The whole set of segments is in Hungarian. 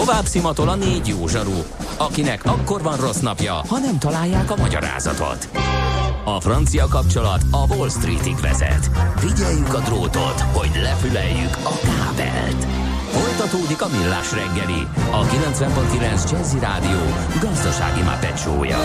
Tovább szimatol a 4 jó zsaru, akinek akkor van rossz napja, ha nem találják a magyarázatot. A francia kapcsolat a Wall Streetig vezet. Figyeljük a drótot, hogy lefüleljük a kábelt. Folytatódik a Millás reggeli, a 90.9 Jazzy Rádió gazdasági Muppet show-ja.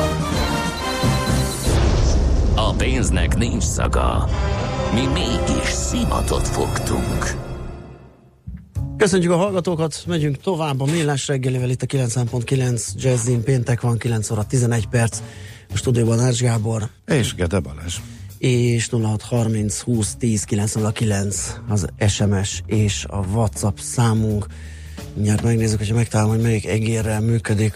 A pénznek nincs szaga. Mi mégis szimatot fogtunk. Köszönjük a hallgatókat, megyünk tovább a Millás reggelivel itt a 90.9 Jazzin. Péntek van, 9 óra 11 perc. A stúdióban Ács Gábor. És Gede Balázs. És 0630 20 10 909 az SMS és a WhatsApp számunk. Mindjárt megnézzük, hogyha megtalálom, hogy melyik egérrel működik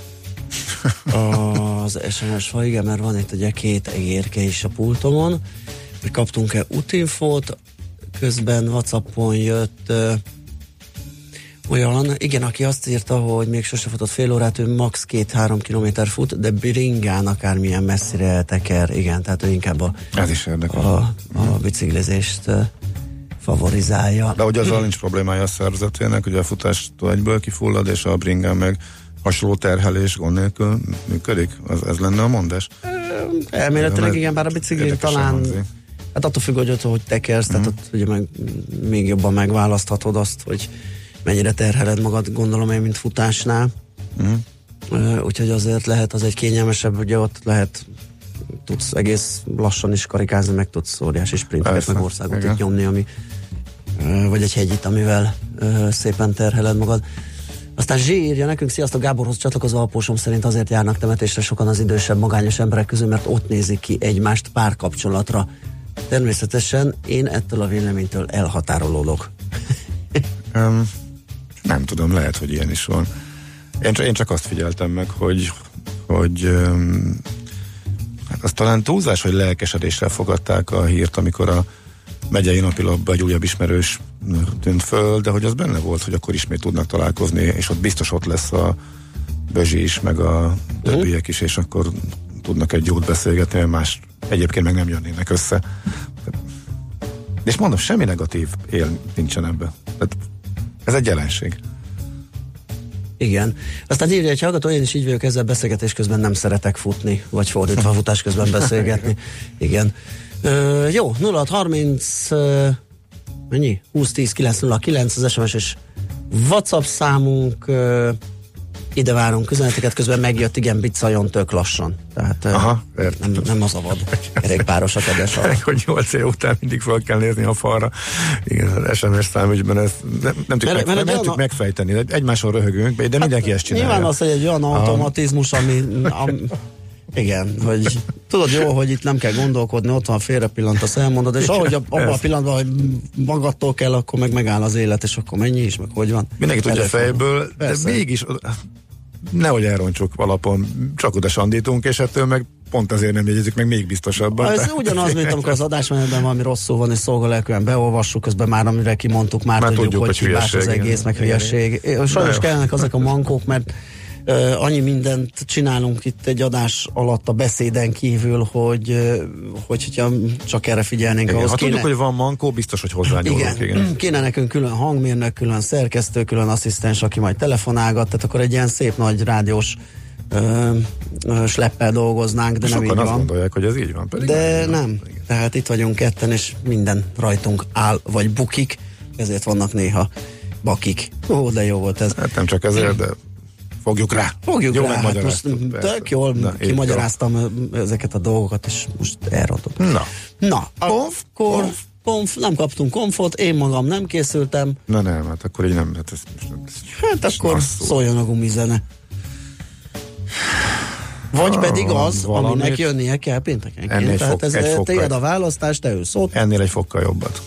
az SMS fal. Igen, mert van itt ugye 2 egérke is a pultomon. Hogy kaptunk-e útinfót, közben WhatsAppon jött olyan, igen, aki azt írta, hogy még sose futott fél órát, ő max 2-3 kilométer fut, de bringán akármilyen messzire elteker, igen, tehát ő inkább a biciklizést favorizálja. De hogy azzal nincs problémája a szervezetének, ugye a futástól egyből kifullad, és a bringán meg hasonló terhelés gond nélkül működik? Ez lenne a mondás? Elméletileg igen, bár a biciklin talán hát attól függ, hogy tekersz, tehát ott ugye még jobban megválaszthatod azt, hogy mennyire terheled magad, gondolom én, mint futásnál. Úgyhogy azért lehet az egy kényelmesebb, ugye ott tudsz egész lassan is karikázni, meg tudsz óriási sprinteket, meg országot itt nyomni, ami, vagy egy hegyit, amivel szépen terheled magad. Aztán Zsé írja nekünk, sziasztok, Gáborhoz csatlakozva, apósom szerint azért járnak temetésre sokan az idősebb, magányos emberek közül, mert ott nézik ki egymást párkapcsolatra. Természetesen én ettől a véleménytől elhatárolódok. Nem tudom, lehet, hogy ilyen is van. Én csak azt figyeltem meg, hogy hát az talán túlzás, hogy lelkesedéssel fogadták a hírt, amikor a megyei napilapban egy újabb ismerős tűnt föl, de hogy az benne volt, hogy akkor ismét tudnak találkozni, és ott biztos ott lesz a Bözsi is, meg a többiek is, és akkor tudnak egy jót beszélgetni, mert más egyébként meg nem jönnének össze. És mondom, semmi negatív él nincsen ebben. Ez egy jelenség. Igen. Aztán írja egy hallgató, én is így vagyok ezzel, beszélgetés közben nem szeretek futni, vagy fordítva futás közben beszélgetni. Igen. Jó, 0630 mennyi? 20 10 909 az SMS és WhatsApp számunk. Ide várunk üzeneteket, közben megjött, igen, Biccajon tök lassan. Tehát nem az a vad. Kerékpáros a kedves alatt. Hogy 8 év után mindig fel kell nézni a falra. Igen, az SMS számügyben ezt nem tudjuk megfejteni. Egymáson röhögünk, de mindenki ezt csinálja. Nyilván az, hogy egy olyan automatizmus, ami igen, hogy tudod jó, hogy itt nem kell gondolkodni, ott van, félre pillantasz, elmondod, és ahogy abban a pillanatban, hogy magadtól kell, akkor meg megáll az élet, és akkor mennyi is, meg hogy van. Mindenki tudja fejből, de mégis nehogy elrontsuk alapon, csak oda sandítunk, és ettől meg pont azért nem jegyezzük meg még biztosabban. Ez ugyanaz, mint amikor az adásmenetben valami rosszul van, és szolgalelkűen beolvassuk, közben már amire kimondtuk, már tudjuk, hogy hibás az egész, meg hülyeség. Sajnos kellenek azok a mankók, mert annyi mindent csinálunk itt egy adás alatt a beszéden kívül, hogyha csak erre figyelnénk. Igen, ha tudjuk, hogy van mankó, biztos, hogy hozzányúlunk. Igen. Kéne nekünk külön hangmérnök, külön szerkesztő, külön asszisztens, aki majd telefonálgat, tehát akkor egy ilyen szép nagy rádiós sleppel dolgoznánk, de sokan nem így van. Sokan azt gondolják, hogy ez így van. Pedig de nem. Tehát itt vagyunk ketten, és minden rajtunk áll, vagy bukik, ezért vannak néha bakik. Ó, de jó volt ez. Hát nem csak ezért, de fogjuk rá. Jól rá. Hát most tök jól kimagyaráztam ezeket a dolgokat, és most elrontottam. Na. Konf, nem kaptunk konfot, én magam nem készültem. Nem, hát akkor így nem. Hát akkor szóljon a gumizene. Vagy pedig az, aminek jönnie kell péntekenként. Tehát ez téged a választás, te ősz ott. Ennél egy fokkal jobbat.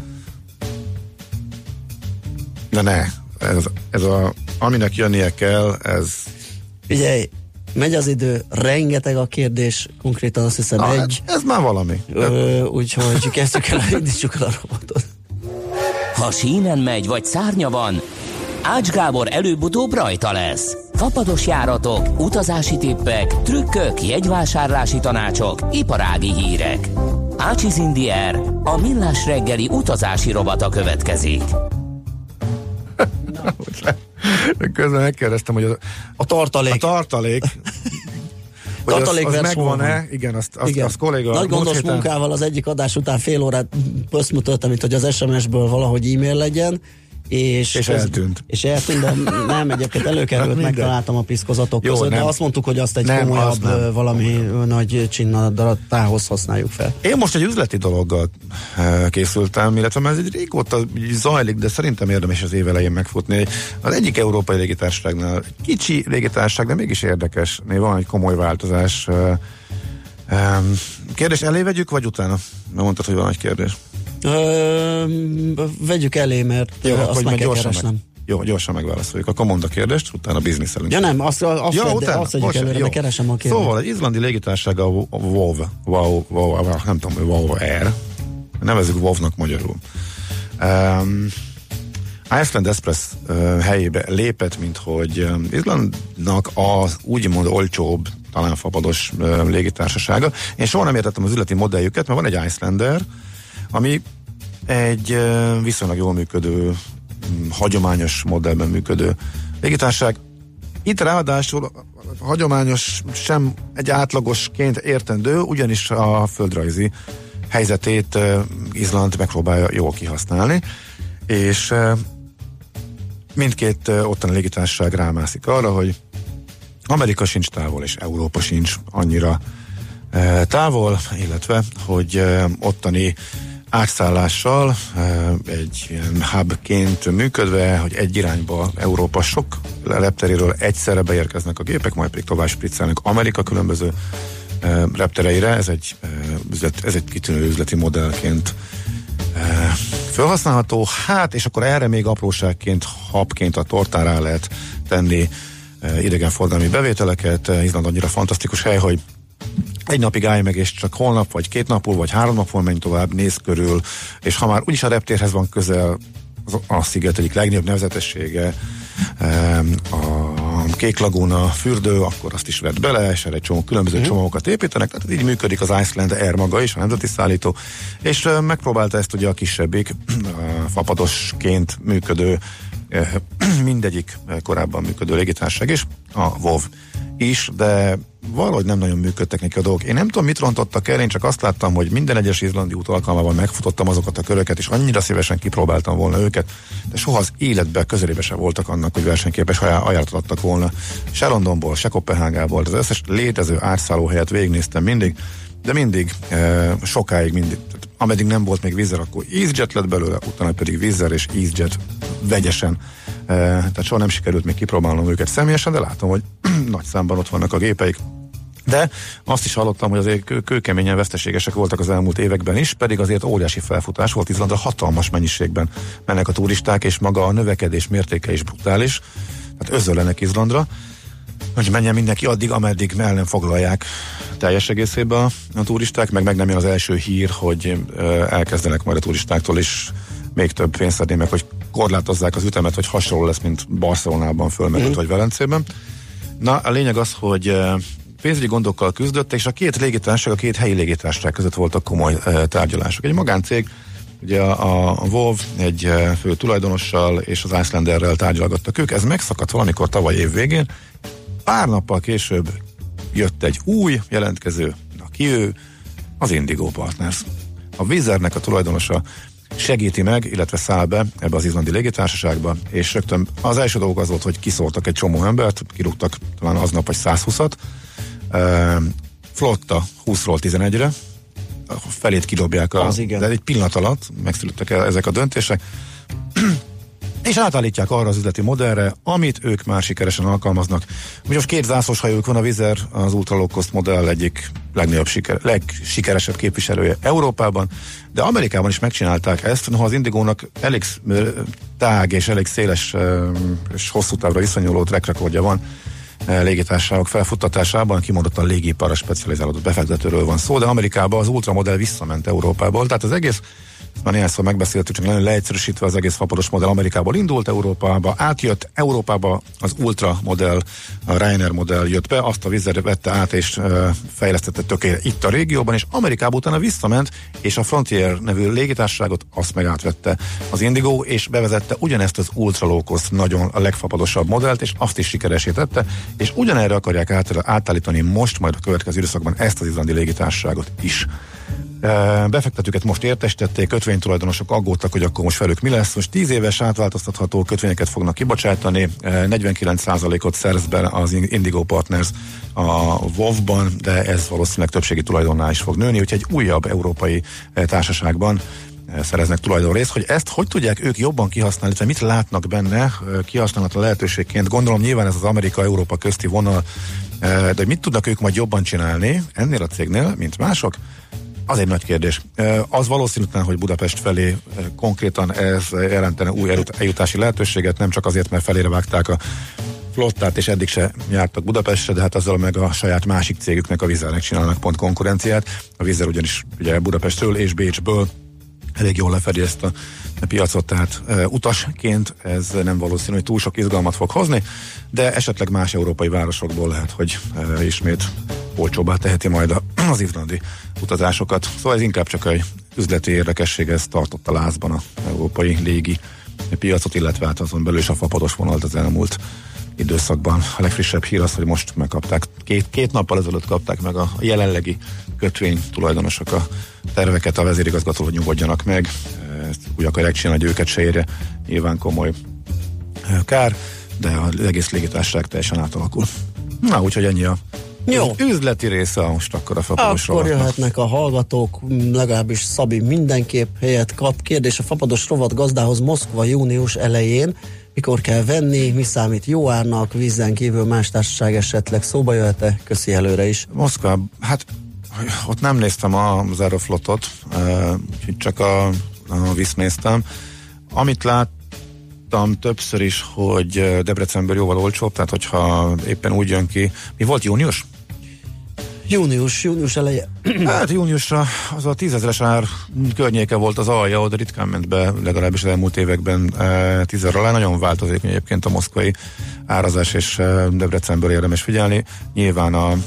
De ne. Ez aminek jönnie kell, ez... Figyelj, megy az idő, rengeteg a kérdés, konkrétan azt hiszem Ez már valami. Úgyhogy kezdjük el, indítsuk el a robotot. Ha sínen megy, vagy szárnya van, Ács Gábor előbb-utóbb rajta lesz. Fapados járatok, utazási tippek, trükkök, jegyvásárlási tanácsok, iparági hírek. Ácsiz in the Air, a Millás reggeli utazási robata következik. Közben megkérdeztem, hogy a tartalék. Az megvan-e? Igen, azt kolléga... Nagy gondos munkával az egyik adás után fél órát pöszmütöttem, mint hogy az SMS-ből valahogy e-mail legyen, és eltűnt. És eltűnt, de nem, egyébként előkerült, megtaláltam a piszkozatok között, de azt mondtuk, hogy azt egy komolyabb valami nagy csinnadatához használjuk fel. Én most egy üzleti dologgal készültem, illetve ez egy régóta zajlik, de szerintem érdemes az év elején megfutni. Az egyik európai légitársaságnál, kicsi légitársaság, de mégis érdekes, van egy komoly változás. Kérdés elé vegyük, vagy utána? Nem mondtad, hogy van egy kérdés. Vegyük elé, mert jó, azt meg kell keresnem. Jó, gyorsan megválaszoljuk. Akkor mondd a kérdést, utána bizniszelünk. Ja nem, azt vegyük előre, mert keresem a kérdést. Szóval egy izlandi légitársaság a WOW, nem tudom, WOW Air, nevezzük WOW-nak magyarul. Iceland Express helyébe lépett, mint hogy Izlandnak az úgymond olcsóbb, talán fapados légitársasága. Én soha nem értettem az üzleti modelljüket, mert van egy Icelander, ami egy viszonylag jól működő, hagyományos modellben működő légitársaság. Itt ráadásul hagyományos sem egy átlagosként értendő, ugyanis a földrajzi helyzetét Izland megpróbálja jól kihasználni, és mindkét ottani légitársaság rámászik arra, hogy Amerika sincs távol, és Európa sincs annyira távol, illetve, hogy ottani átszállással egy ilyen hubként működve, hogy egy irányba Európa sok repteréről egyszerre beérkeznek a gépek, majd pedig tovább spriccelnek Amerika különböző reptereire. Ez egy kitűnő üzleti modellként felhasználható. Hát, és akkor erre még apróságként, hubként a tortára lehet tenni idegenforgalmi bevételeket. Izland annyira fantasztikus hely, hogy egy napig állj meg, és csak holnap, vagy 2 nap múlva, vagy 3 nap múlva menj tovább, néz körül, és ha már úgyis a reptérhez van közel, a sziget egyik legnagyobb nevezetessége, a Kék Laguna fürdő, akkor azt is vett bele, és erre egy csomó különböző csomókat építenek, tehát így működik az Iceland Air maga is, a nemzeti szállító, és megpróbálta ezt ugye a kisebbik, fapadosként működő, mindegyik korábban működő légitársaság is, a WOW is, de valahogy nem nagyon működtek neki a dolgok. Én nem tudom, mit rontottak el, én csak azt láttam, hogy minden egyes izlandi út alkalmával megfutottam azokat a köröket, és annyira szívesen kipróbáltam volna őket, de soha az életben közelébe sem voltak annak, hogy versenyképes ajánlatot adtak volna. Se Londonból, se Koppenhágából, az összes létező átszállóhelyet végignéztem mindig, de mindig, sokáig mindig, ameddig nem volt még Wizzair, akkor EasyJet lett belőle, utána pedig Wizzair és EasyJet vegyesen. Tehát soha nem sikerült még kipróbálnom őket személyesen, de látom, hogy nagy számban ott vannak a gépeik. De azt is hallottam, hogy azért kőkeményen veszteségesek voltak az elmúlt években is, pedig azért óriási felfutás volt, Izlandra hatalmas mennyiségben mennek a turisták, és maga a növekedés mértéke is brutális, tehát özöllenek Izlandra, hogy menjen mindenki addig, ameddig el nem foglalják teljes egészében a turisták, meg nem jön az első hír, hogy elkezdenek majd a turistáktól is még több pénzt adni, meg hogy korlátozzák az ütemet, hogy hasonló lesz, mint Barcelonában fölmerült, vagy Velencében. Na, a lényeg az, hogy pénzügyi gondokkal küzdött, és a két légitársaság, a két helyi légitársaság között voltak komoly tárgyalások. Egy magáncég, ugye a WOW egy fő tulajdonossal és az Icelanderrel tárgyalgattak ők, ez megszakadt valamikor tavaly év végén. Pár nappal később jött egy új jelentkező, aki ő, az Indigo Partners. A Wizzairnek a tulajdonosa segíti meg, illetve száll be ebbe az izlandi légitársaságba, és rögtön az első dolog az volt, hogy kiszóltak egy csomó embert, kirúgtak talán aznap vagy 120-at, flotta 20-ról 11-re, felét kidobják, de egy pillanat alatt megszülettek ezek a döntések, és átállítják arra az üzleti modellre, amit ők már sikeresen alkalmaznak. Most 2 zászlós hajójuk van, a Wizzair, az ultra low cost modell egyik legsikeresebb képviselője Európában, de Amerikában is megcsinálták ezt, noha az Indigónak elég tág és elég széles és hosszú távra viszonyuló track recordja van légitársaságok felfuttatásában, kimondottan légiparra specializálódott befektetőről van szó, de Amerikában az ultramodell visszament Európából, tehát az egész már néhányszor megbeszéltük, csak nagyon leegyszerűsítve az egész fapados modell Amerikából indult, Európába átjött, Európába az Ultra modell, a Ryanair modell jött be, azt a Wizz Air vette át és fejlesztette tökéletesen itt a régióban, és Amerikában utána visszament, és a Frontier nevű légitársaságot azt meg átvette az Indigo, és bevezette ugyanezt az Ultra Low Cost, nagyon a legfapadosabb modellt, és azt is sikeresítette, és ugyanerre akarják átállítani most, majd a következő időszakban ezt az izlandi légitársaságot is. Befektetőket most értesítették, kötvénytulajdonosok aggódtak, hogy akkor most velük mi lesz. Most 10 éves átváltoztatható kötvényeket fognak kibocsátani, 49%-ot szerez be az Indigo Partners a WOW-ban, de ez valószínűleg többségi tulajdonnál is fog nőni, úgyhogy egy újabb európai társaságban szereznek tulajdonrészt, hogy ezt hogy tudják ők jobban kihasználni, illetve mit látnak benne kihasználható lehetőségként. Gondolom nyilván ez az Amerika-Európa közti vonal, de mit tudnak ők majd jobban csinálni ennél a cégnél, mint mások? Az egy nagy kérdés. Az valószínűtlen, hogy Budapest felé konkrétan ez jelentene új eljutási lehetőséget, nem csak azért, mert felére vágták a flottát, és eddig se jártak Budapestre, de hát azzal meg a saját másik cégüknek, a Wizz Airnek csinálnak pont konkurenciát. A Wizz Air ugyanis ugye Budapestről és Bécsből elég jól lefedi ezt a piacot, tehát utasként ez nem valószínű, hogy túl sok izgalmat fog hozni, de esetleg más európai városokból lehet, hogy ismét olcsóbbá teheti majd az izlandi utazásokat. Szóval ez inkább csak egy üzleti érdekesség, ez tartotta lázban az európai légi piacot, illetve hát azon belül is a fapados vonalt az elmúlt időszakban. A legfrissebb hír az, hogy most megkapták, két nappal ezelőtt kapták meg a jelenlegi kötvény tulajdonosok a terveket, a vezérigazgató, hogy nyugodjanak meg. Ezt úgy akarják csinálni, hogy őket se érje. Nyilván komoly kár, de az egész légitársaság teljesen átalakul. Na, úgyhogy ennyi a jó üzleti része most akkor a fapados rovatnak. Akkor jöhetnek a hallgatók, legalábbis Szabi mindenképp helyet kap. Kérdés a fapados rovat gazdához: Moszkva június elején mikor kell venni, mi számít jó árnak, Wizzen kívül más társaság esetleg szóba jöhet-e? Köszi előre is. Moszkva, hát ott nem néztem az Aeroflotot, úgyhogy csak a Wizz néztem. Amit láttam többször is, hogy Debrecenből jóval olcsóbb, tehát hogyha éppen úgy jön ki, mi volt június? Június eleje. Hát júniusra az a 10 000-es ár környéke volt az alja, oda ritkán ment be, legalábbis az elmúlt években 10 000 alá. Nagyon változékony egyébként a moszkvai árazás, és Debrecenből érdemes figyelni. Nyilván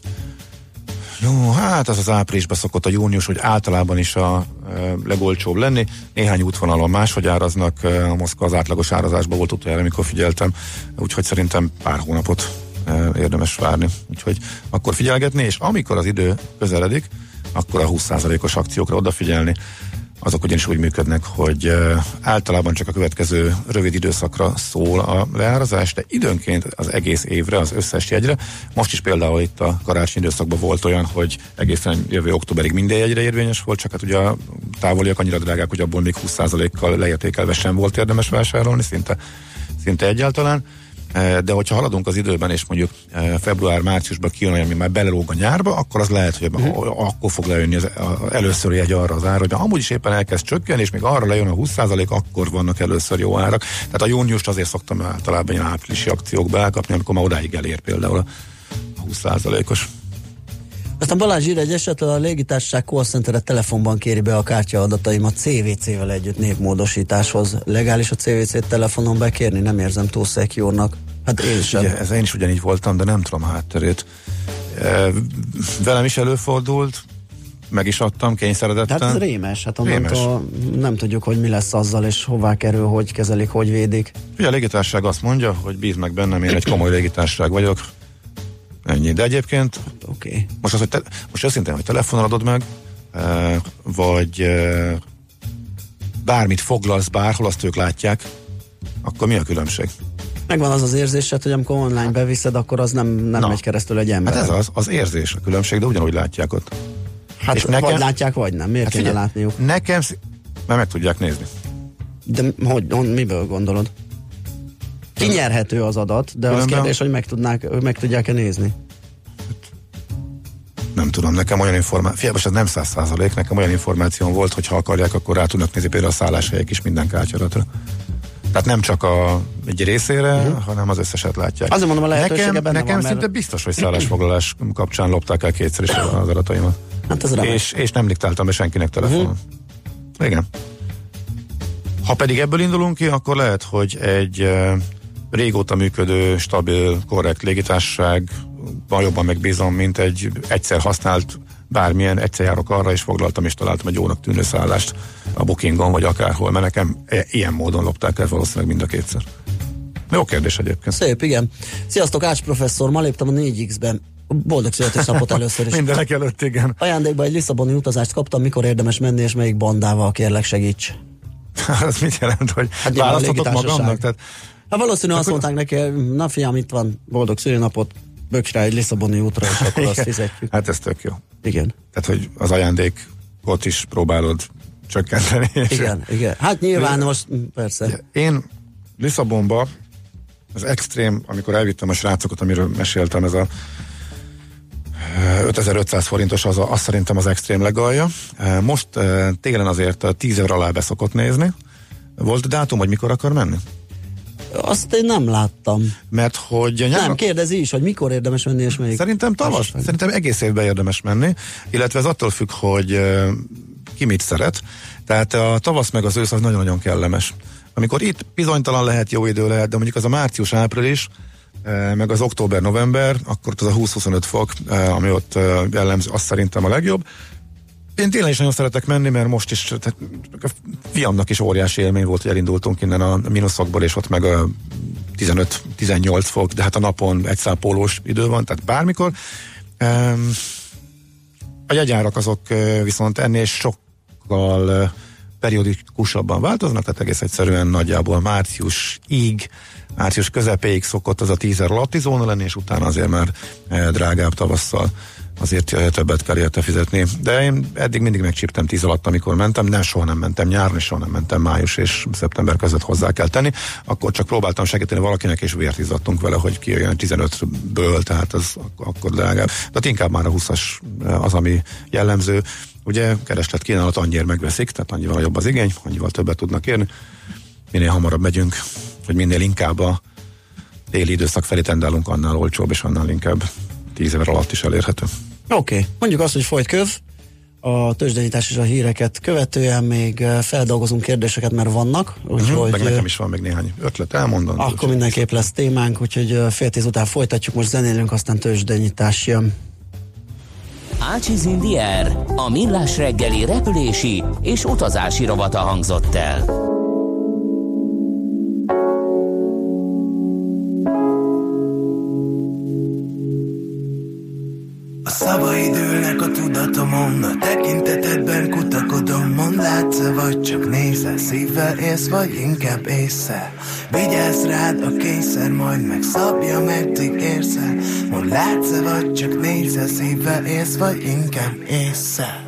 hát az áprilisban szokott a június, hogy általában is a legolcsóbb lenni. Néhány útvonalon máshogy áraznak, a Moszkva az átlagos árazásban volt utoljára, amikor figyeltem, úgyhogy szerintem pár hónapot érdemes várni. Úgyhogy akkor figyelgetni, és amikor az idő közeledik, akkor a 20%-os akciókra odafigyelni. Azok ugyanis úgy működnek, hogy általában csak a következő rövid időszakra szól a leárazás, de időnként az egész évre, az összes jegyre. Most is például itt a karácsony időszakban volt olyan, hogy egészen jövő októberig minden jegyre érvényes volt, csak hát ugye a távoliak annyira drágák, hogy abból még 20%-kal leértékelve sem volt érdemes vásárolni, szinte egyáltalán. De hogyha haladunk az időben, és mondjuk február-márciusban kijön olyan, ami már belelóg a nyárba, akkor az lehet, hogy akkor fog lejönni az először jegy arra az ára, hogy amúgy is éppen elkezd csökkenni, és még arra lejön a 20%, akkor vannak először jó árak. Tehát a júniust azért szoktam általában ilyen áprilisi akciókba elkapni, amikor már odáig elér például a 20%-os. Aztán Balázs ír, egy esetleg a légitársaság call centere telefonban kéri be a kártyaadataim a CVC-vel együtt névmódosításhoz. Legális a CVC-t telefonon bekérni? Nem érzem túl secure-nak. Hát én sem. Ugye, én is ugyanígy voltam, de nem tudom a hátterét. Velem is előfordult, meg is adtam kényszeredetten. Tehát ez rémes, hát onnantól nem tudjuk, hogy mi lesz azzal, és hová kerül, hogy kezelik, hogy védik. Ugye a légitársaság azt mondja, hogy bíz meg bennem, én egy komoly légitársaság vagyok. Ennyi, de egyébként okay. Most az, hogy most őszintén, hogy telefonon adod meg, vagy bármit foglalsz bárhol, azt ők látják, akkor mi a különbség? Megvan az érzésed, hogy amikor online beviszed, akkor az nem megy keresztül egy ember. Hát ez az érzés a különbség, de ugyanúgy látják ott. Hát és vagy látják, vagy nem. Miért kéne látniuk? Nekem, mert meg tudják nézni. De miből gondolod? Kinyerhető az adat, de az kérdés, hogy meg tudják-e nézni? Nem tudom, nekem olyan információ, ez nem 100%, nekem olyan információm volt, hogy ha akarják, akkor rá tudnak nézni például a szálláshelyek is minden kártyaratra. Tehát nem csak egy részére, hanem az összeset látják. Azért mondom, a lehetősége benne nekem van, szinte biztos, hogy szállásfoglalás kapcsán lopták el kétszer is az adataimat. Hát ez és nem diktáltam be senkinek telefonon. Igen. Ha pedig ebből indulunk ki, akkor lehet, hogy egy régóta működő, stabil, korrekt légitársaságban jobban megbízom, mint egy egyszer használt bármilyen, egyszer járok arra, és foglaltam, és találtam egy jónak tűnő szállást a Bookingon, vagy akárhol, mert nekem ilyen módon lopták el valószínűleg mind a kétszer. Jó kérdés egyébként. Szép, igen. Sziasztok, Ács professzor, ma léptem a 4X-ben. Boldog születésnapot először is. Mindenek előtt, igen. Ajándékban egy lisszaboni utazást kaptam, mikor érdemes menni, és melyik bandával, kérlek segíts. Ez mit jelent, hogy választhatok magamnak? Tehát... Hát valószínűleg azt mondták neki, na fiam, itt van, boldog szülinapot, böks rá egy lisszaboni útra, és akkor azt fizetjük. Hát ez tök jó. Igen. Tehát, hogy az ajándékot is próbálod csökkenteni. Igen, igen. Hát nyilván most, persze. Én Lisszabonba az extrém, amikor elvittem a srácokat, amiről meséltem, ez a 5500 forintos, az szerintem az extrém legalja. Most télen azért 10 € alá beszokott nézni. Volt dátum, hogy mikor akar menni? Azt én nem láttam. Mert hogy... Nem, kérdezi is, hogy mikor érdemes menni, és melyik... Szerintem tavasz. Szerintem egész évben érdemes menni, illetve ez attól függ, hogy ki mit szeret. Tehát a tavasz meg az ősz az nagyon-nagyon kellemes. Amikor itt bizonytalan lehet, jó idő lehet, de mondjuk az a március-április, meg az október-november, akkor az a 20-25 fok, ami ott jellemző, azt szerintem a legjobb. Én tényleg is nagyon szeretek menni, mert most is tehát a fiamnak is óriási élmény volt, hogy elindultunk innen a mínuszokból, és ott meg a 15-18 fok, de hát a napon egy szál pólós idő van, tehát bármikor. A jegyárak azok viszont ennél sokkal periódikusabban változnak, tehát egész egyszerűen nagyjából március közepéig szokott az a 10 € alatti zóna lenni, és utána azért már drágább tavasszal azért többet kell érte fizetni. De én eddig mindig megcsíptem 10 alatt, amikor mentem, soha nem mentem nyáron, és soha nem mentem május és szeptember között hozzá kell tenni. Akkor csak próbáltam segíteni valakinek, és vért izzadtunk vele, hogy kijöjjön 15-ből, tehát az akkor drágább. De inkább már a 20-as az, ami jellemző. Ugye kereslet kínálat annyira megveszik, tehát annyival jobb az igény, annyival többet tudnak érni. Minél hamarabb megyünk, hogy minél inkább a téli időszak felé tendálunk, annál olcsóbb, és annál inkább 10 € alatt is elérhető. Oké. Mondjuk azt, hogy folyt köv, a tőzsdenyítás és a híreket követően még feldolgozunk kérdéseket, mert vannak. Úgyhogy, meg nekem is van még néhány ötlet elmondani. Akkor mindenképp lesz témánk, úgyhogy 9:30 után folytatjuk, most zenélünk, aztán tőzsdenyítás jön. Ácsiz Indier, a millás reggeli repülési és utazási rovata hangzott el. A szavaid ülnek a tudatomon, a tekintetedben kutakodom. Mondd, látsz-e, vagy csak nézel, szívvel élsz, vagy inkább ésszel. Vigyázz rád a kényszer, majd megszabja, meddig érsz el. Mondd, látsz-e, vagy csak nézel, szívvel élsz, vagy inkább ésszel.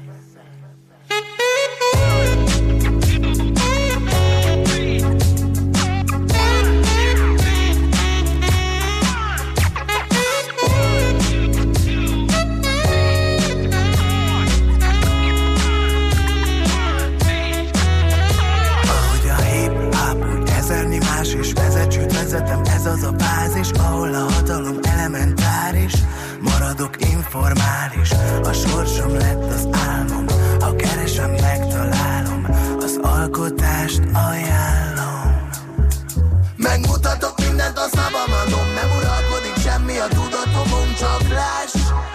Informális, a sorsom lett az álmom. Ha keresem, megtalálom, az alkotást ajánlom. Megmutatok mindent, a szabamadom, nem uralkodik semmi a tudatomon, csak láss.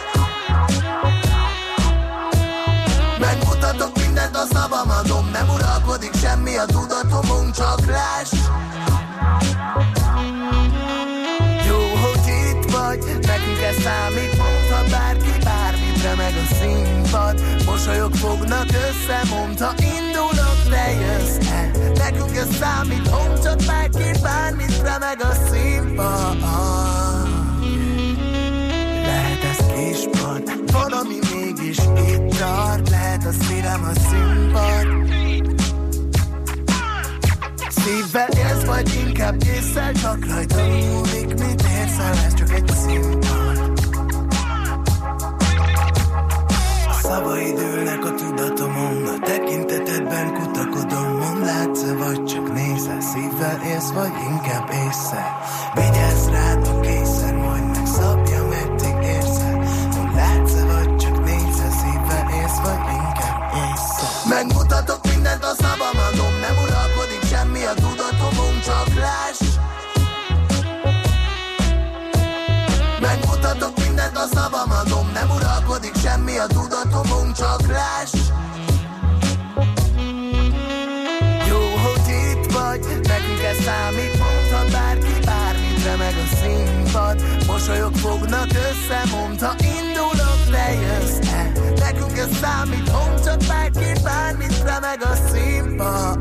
Megmutatok mindent, a szabamadom, nem uralkodik semmi a tudatomon, csak láss. Jó, hogy itt vagy, nekünk ez számít. Mondta bárki bármit, remeg a színpad. Mosolyok fognak össze, mondta indulok, te jössz el. Nekünk ez számít, mondta bárki bármit, remeg a színpad. Lehet ez kispad, valami mégis itt tart. Lehet a szívem a színpad. Szívvel élsz, vagy inkább ésszel, csak rajta múlik, mit érszel, ez csak egy színpad. A szavaid ülnek a tudatomon, a tekintetedben kutakodom. Mondd, látsz-e, vagy csak nézel, szívvel élsz, vagy inkább ésszel. Vigyázz rád a kényszer, majd megszabja, meddig érsz el. Mondd, látsz-e, vagy csak nézel, szívvel élsz, vagy inkább ésszel. Megmutatok mindent, a szabamadom, nem uralkodom. addig semmi a tudatomon, csak láss. Jó, hogy itt vagy, nekünk ez számít, mondhat bárki bármit, remeg a színpad. Mosolyok fognak össze, mondta indulok, te jössz-e. Nekünk ez számít, mondhat bárki bármit, remeg a színpad.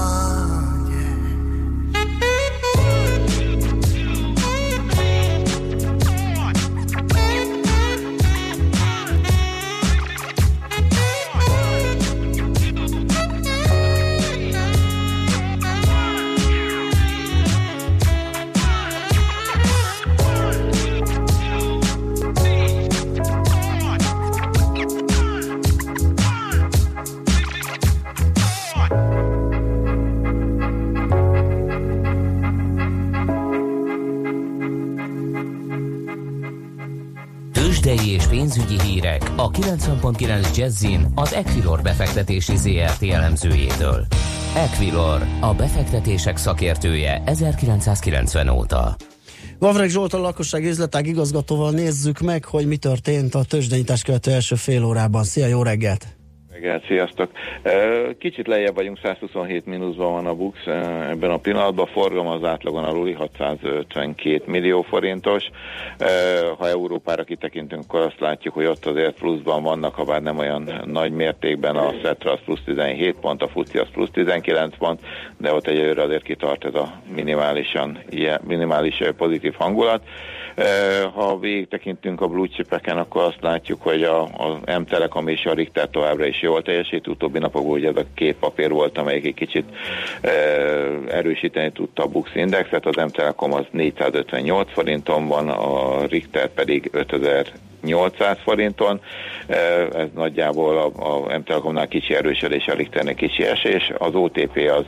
Tőzsdei és pénzügyi hírek a 90.9 Jazzin az Equilor befektetési ZRT elemzőjétől. Equilor, a befektetések szakértője 1990 óta. Vavreg Zsolt, a lakossági üzletág igazgatóval nézzük meg, hogy mi történt a tőzsdenyítás követő első fél órában. Szia, jó reggelt! Sziasztok! Kicsit lejjebb vagyunk, 127 mínuszban van a BUX ebben a pillanatban, forgalom az átlagon aluli 652 millió forintos. Ha Európára kitekintünk, akkor azt látjuk, hogy ott azért pluszban vannak, ha bár nem olyan nagy mértékben, a Szetra az plusz 17 pont, a FTSE az plusz 19 pont, de ott egyelőre azért kitart ez a minimális pozitív hangulat. Ha végig tekintünk a blue chipeken, akkor azt látjuk, hogy a M-Telekom és a Richter továbbra is jól teljesít. Utóbbi napokban ugye ez a két papír volt, amelyik egy kicsit erősíteni tudta a BUX indexet. Az M-Telekom az 458 forinton van, a Richter pedig 5800 forinton. Ez nagyjából a M-Telekomnál kicsi erősödés, a Richternek kicsi esés. Az OTP az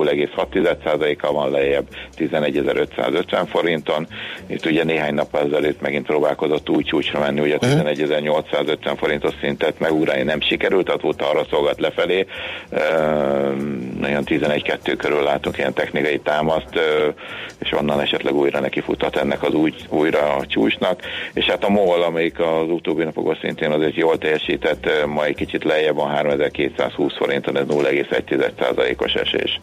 0,6%-a van lejjebb 11.550 forinton. Itt ugye néhány nap ezelőtt megint próbálkozott úgy csúcsra menni, ugye 11.850 forintos szintet megugrani nem sikerült, azóta arra szolgált lefelé. Olyan 11.2 körül látunk ilyen technikai támaszt, és onnan esetleg újra nekifutat ennek az újra a csúcsnak. És hát a MOL, amelyik az utóbbi napokban szintén azért jól teljesített, ma egy kicsit lejjebb van 3220 forinton, ez 0,1%-os esés.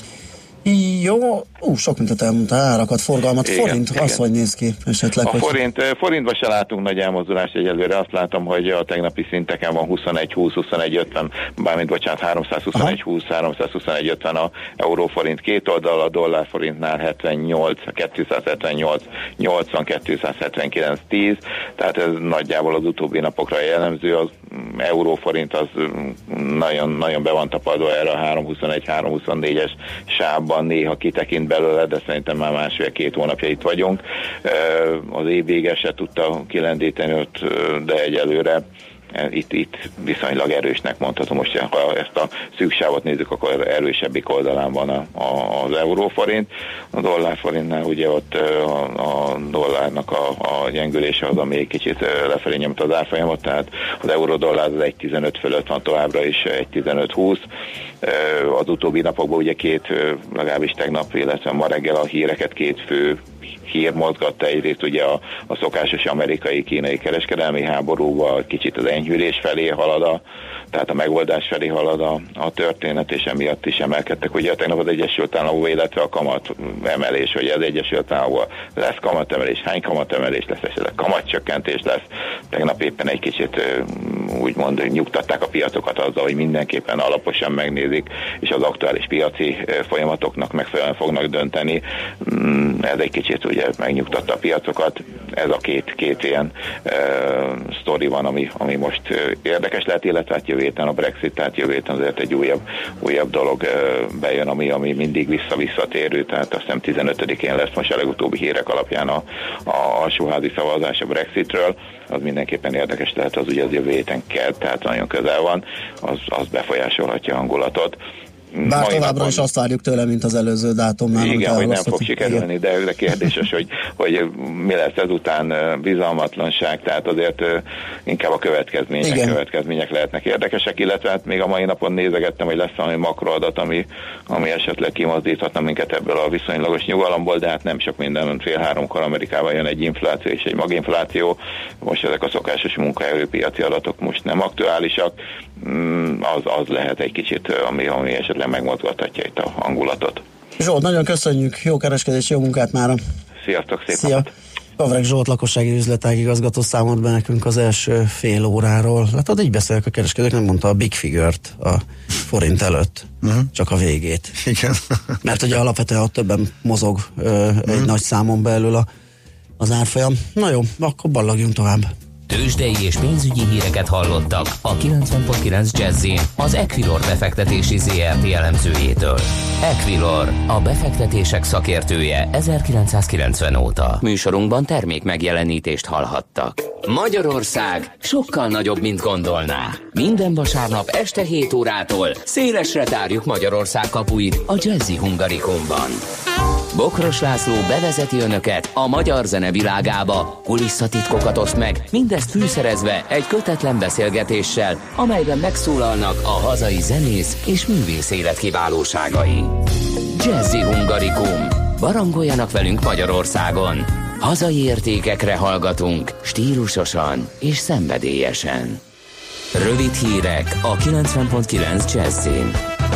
Jó, sok mindent elmondta, árakat, forgalmat, igen, forint, igen. Az hogy néz ki esetleg? A forintban se látunk nagy elmozdulást egyelőre, azt látom, hogy a tegnapi szinteken van 21.20-21.50, bármint bocsánat, 321.20, 321.50 a euróforint két oldal, a dollárforintnál 78, 278, 80, 279.10, tehát ez nagyjából az utóbbi napokra jellemző, az euróforint az nagyon, nagyon be van tapadva erre a 321-324-es sávban, néha kitekint belőle, de szerintem már másfél-két hónapja itt vagyunk. Az év vége se tudta kilendíteni ott, de egyelőre itt viszonylag erősnek mondhatom. Most, ha ezt a szűksávot nézzük, akkor erősebbik oldalán van az euróforint. A dollárforintnál ugye ott a dollárnak a gyengülése az, ami egy kicsit lefelé nyomta az árfolyamot, tehát az euró-dollár az 1.15 fölött van továbbra is, 1.15-20. Az utóbbi napokban ugye legalábbis tegnap, illetve ma reggel a híreket két fő hír mozgatta. Egyrészt ugye a szokásos amerikai-kínai kereskedelmi háborúval kicsit az enyhülés felé halad, tehát a megoldás felé halad a történet, és emiatt is emelkedtek. Ugye tegnap az Egyesült Államokban, illetve a kamat emelés, hogy az Egyesült Államokban lesz kamatemelés, hány kamatemelés lesz, esetleg kamatcsökkentés lesz. Tegnap éppen egy kicsit úgymond nyugtatták a piacokat azzal, hogy mindenképpen alaposan megnézik, és az aktuális piaci folyamatoknak megfelelően fognak dönteni. Ez egy kicsit ugye megnyugtatta a piacokat. Ez a két ilyen sztori van, ami most érdekes lehet, illetve hát jövő héten a Brexit, tehát jövő héten azért egy újabb dolog bejön, ami mindig visszatérő, tehát azt hiszem 15-én lesz most a legutóbbi hírek alapján a alsóházi szavazás a Brexitről. Az mindenképpen érdekes lehet, az ugye az jövő héten kell, tehát nagyon közel van, az befolyásolhatja a hangulatot. Bár továbbra is azt várjuk tőle, mint az előző dátumnál. Igen, hogy nem fog sikerülni, de kérdéses, hogy mi lesz ezután, bizalmatlanság, tehát azért inkább a következmények lehetnek érdekesek, illetve hát még a mai napon nézegettem, hogy lesz valami makroadat, ami esetleg kimozdíthatna minket ebből a viszonylagos nyugalomból, de hát nem sok minden, 2:30 Amerikában jön egy infláció és egy maginfláció, most ezek a szokásos munkaerőpiaci adatok most nem aktuálisak, az lehet egy kicsit, ami esetleg megmozgathatja itt a hangulatot. Zsolt, nagyon köszönjük, jó kereskedés, jó munkát mára! Sziasztok, szép napot! Pavreg Zsolt lakossági üzletágigazgató számolt be nekünk az első fél óráról. Látod, így beszélek a kereskedők, nem mondta a big figure-t a forint előtt, csak a végét. Igen. Mert ugye alapvetően ott többen mozog egy nagy számon belül az árfolyam. Na jó, akkor ballagjunk tovább. Tőzsdei és pénzügyi híreket hallottak a 90.9 Jazz-in az Equilor befektetési ZRT elemzőjétől. Equilor, a befektetések szakértője 1990 óta. Műsorunkban termék megjelenítést hallhattak. Magyarország sokkal nagyobb, mint gondolná. Minden vasárnap este 7 órától szélesre tárjuk Magyarország kapuit a Jazzy Hungarikumban. Bokros László bevezeti önöket a magyar zene világába, kulisszatitkokat oszt meg, mindezt fűszerezve egy kötetlen beszélgetéssel, amelyben megszólalnak a hazai zenész és művész élet kiválóságai. Jazzy Hungarikum. Barangoljanak velünk Magyarországon. Hazai értékekre hallgatunk, stílusosan és szenvedélyesen. Rövid hírek a 90.9 Jazzin.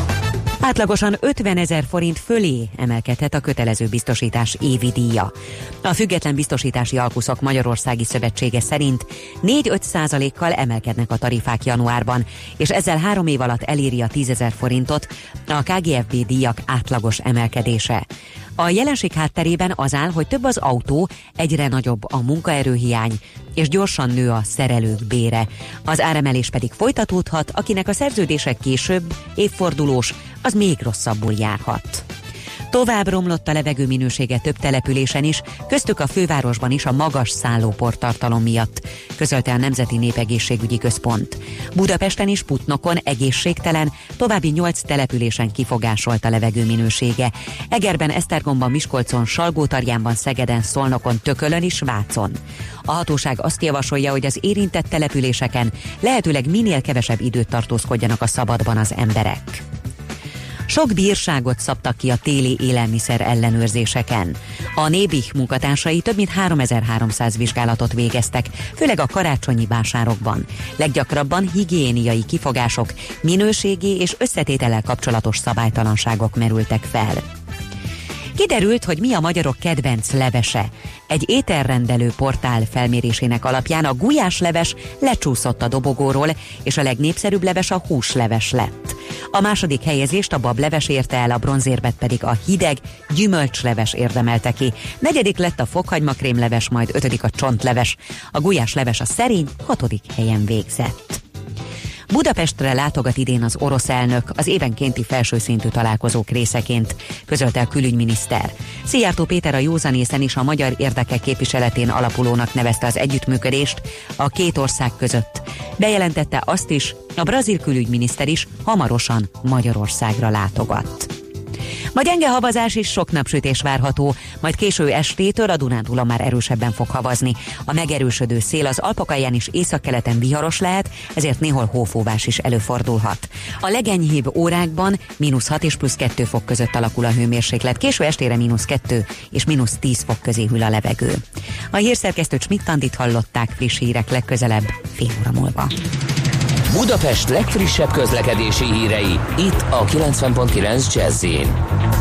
Átlagosan 50 000 forint fölé emelkedhet a kötelező biztosítás évi díja. A Független Biztosítási Alkuszok Magyarországi Szövetsége szerint 4-5%-kal emelkednek a tarifák januárban, és ezzel 3 év alatt eléri a 10 000 forintot a KGFB díjak átlagos emelkedése. A jelenség hátterében az áll, hogy több az autó, egyre nagyobb a munkaerőhiány, és gyorsan nő a szerelők bére. Az áremelés pedig folytatódhat, akinek a szerződése később, évfordulós, az még rosszabbul járhat. Tovább romlott a levegő minősége több településen is, köztük a fővárosban is a magas szállóportartalom miatt, közölte a Nemzeti Népegészségügyi Központ. Budapesten is Putnokon egészségtelen, további 8 településen kifogásolt a levegő minősége. Egerben, Esztergomban, Miskolcon, Salgótarjánban, Szegeden, Szolnokon, Tökölön és Vácon. A hatóság azt javasolja, hogy az érintett településeken lehetőleg minél kevesebb időt tartózkodjanak a szabadban az emberek. Sok bírságot szabtak ki a téli élelmiszer ellenőrzéseken. A Nébih munkatársai több mint 3300 vizsgálatot végeztek, főleg a karácsonyi vásárokban. Leggyakrabban higiéniai kifogások, minőségi és összetétellel kapcsolatos szabálytalanságok merültek fel. Kiderült, hogy mi a magyarok kedvenc levese. Egy ételrendelő portál felmérésének alapján a gulyásleves lecsúszott a dobogóról, és a legnépszerűbb leves a húsleves lett. A második helyezést a bableves érte el, a bronzérmet pedig a hideg gyümölcsleves érdemelte ki. Negyedik lett a fokhagymakrémleves, majd 5. a csontleves. A gulyásleves a szerény 6. helyen végzett. Budapestre látogat idén az orosz elnök az évenkénti felsőszintű találkozók részeként, közölte a külügyminiszter. Szijjártó Péter a józanészen is a magyar érdekek képviseletén alapulónak nevezte az együttműködést a két ország között. Bejelentette azt is, a brazil külügyminiszter is hamarosan Magyarországra látogat. Ma gyenge havazás és sok napsütés várható, majd késő estétől a Dunántúlon már erősebben fog havazni. A megerősödő szél az Alpok alján is északkeleten viharos lehet, ezért néhol hófúvás is előfordulhat. A legenyhébb órákban -6 és +2 fok között alakul a hőmérséklet, késő estére -2 és -10 fok közé hűl a levegő. A hírszerkesztőt Schmidt-Andit hallották, friss hírek legközelebb fél óra múlva. Budapest legfrissebb közlekedési hírei, itt a 90.9 Jazz-in.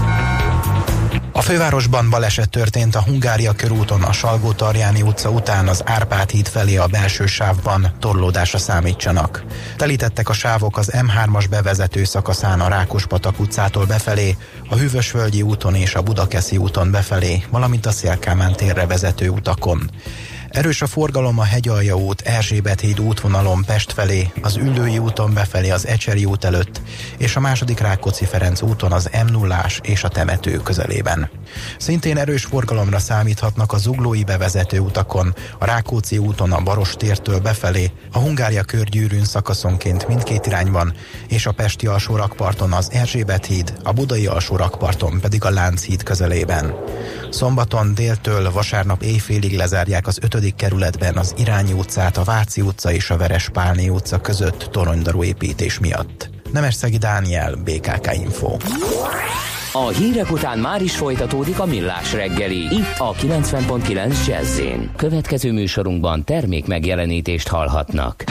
A fővárosban baleset történt a Hungária körúton, a Salgótarjáni utca után az Árpád híd felé a belső sávban, torlódásra számítsanak. Telítettek a sávok az M3-as bevezető szakaszán a Rákospatak utcától befelé, a Hűvösvölgyi úton és a Budakeszi úton befelé, valamint a Széll-Kálmán térre vezető utakon. Erős a forgalom a Hegyalja út, Erzsébet híd útvonalon Pest felé, az Üllői úton befelé az Ecseri út előtt, és a második Rákóczi Ferenc úton az M0-ás és a temető közelében. Szintén erős forgalomra számíthatnak a zuglói bevezető utakon, a Rákóczi úton a Barostértől befelé, a Hungária körgyűrűn szakaszonként mindkét irányban, és a pesti alsórakparton az Erzsébet híd, a budai alsórakparton pedig a Lánchíd közelében. Szombaton déltől vasárnap éjfélig lezárják az 5. kerületben az Irányi utcát, a Váci utca és a Verespálné utca között toronydarú építés miatt. Nemesszegi Dániel, BKK Info. A hírek után már is folytatódik a Millás reggeli, itt a 90.9 Jazz-én. Következő műsorunkban termék megjelenítést hallhatnak.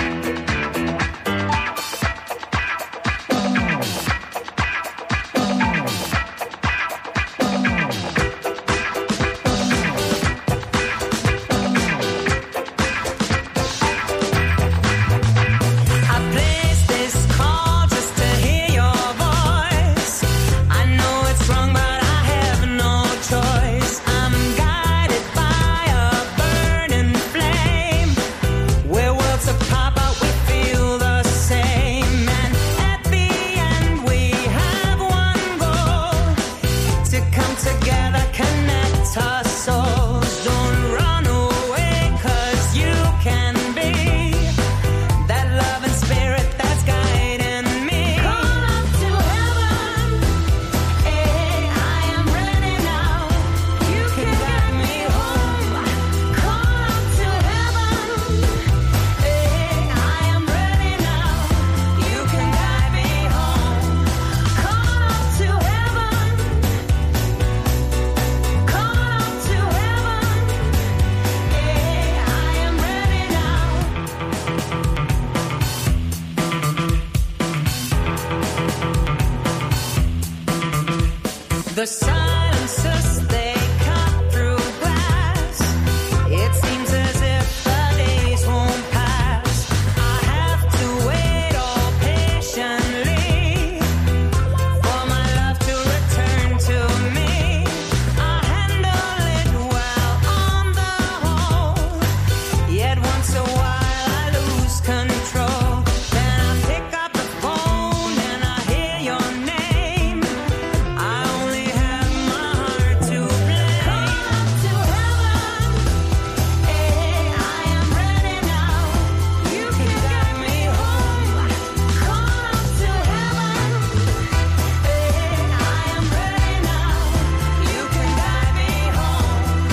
The silences they cut through glass. It seems as if the days won't pass. I have to wait all patiently for my love to return to me. I handle it well on the whole, yet once a while I lose control. Then I pick up the phone and I hear your name. I only have my heart to blame. Call up to heaven, hey, I am ready now. You can guide me home. Call up to heaven, hey, I am ready now. You can guide me home.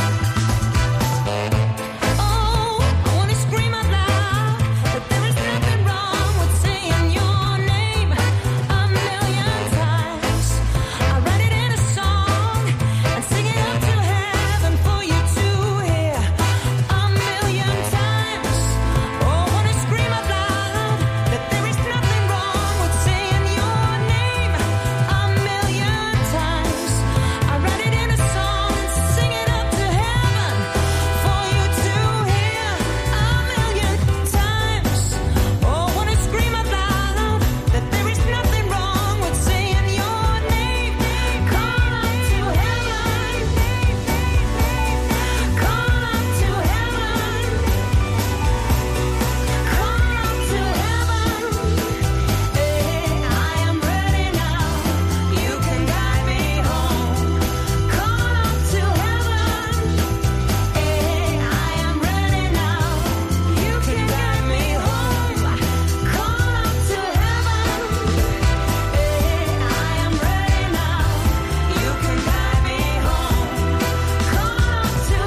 Oh, I wanna scream out loud that there is nothing wrong with saying your name a million times. I write it in a song and sing it up to heaven for you to hear a million times. Oh, I wanna scream out loud that there is nothing wrong with saying your name a million times. I write it in a song and sing it up to heaven for you to hear a million times. Oh, I wanna scream out loud that there is nothing wrong with saying your name. Call up to heaven. Call up to heaven. Call up to heaven. Hey, I am ready now. You can guide me home. Call up to heaven. Hey, I am ready now. You can guide me home. Call up to heaven. Hey, I am ready now. You can guide me home. Call up to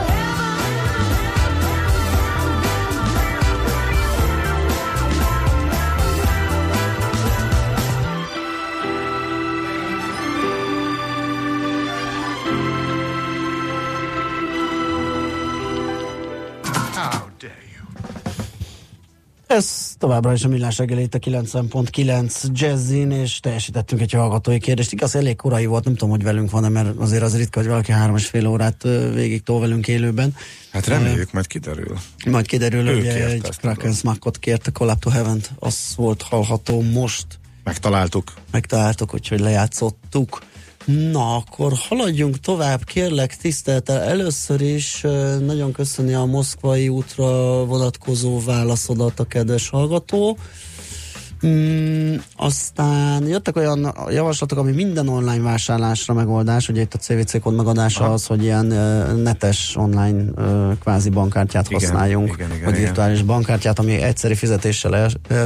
Ez továbbra is a Millás reggeli itt a 90.9 Jazzin, és teljesítettünk egy hallgatói kérdést. Igaz, elég korai volt, nem tudom, hogy velünk van-e, mert azért az ritka, hogy valaki 3,5 órát végig tol velünk élőben. Hát reméljük, majd kiderül. Majd kiderül, Ő hogy kérte egy ezt, Kraken Smackot kért, a Call Up to Heaven-t, az volt hallható most. Megtaláltuk, úgyhogy lejátszottuk. Na, akkor haladjunk tovább, kérlek tiszteltel. Először is nagyon köszöni a Moszkvai útra vonatkozó válaszodat a kedves hallgató. Aztán jöttek olyan javaslatok, ami minden online vásárlásra megoldás, ugye itt a CVC kód megadása az, hogy ilyen netes online kvázi bankkártyát használjunk, vagy virtuális bankkártyát, ami egyszeri fizetéssel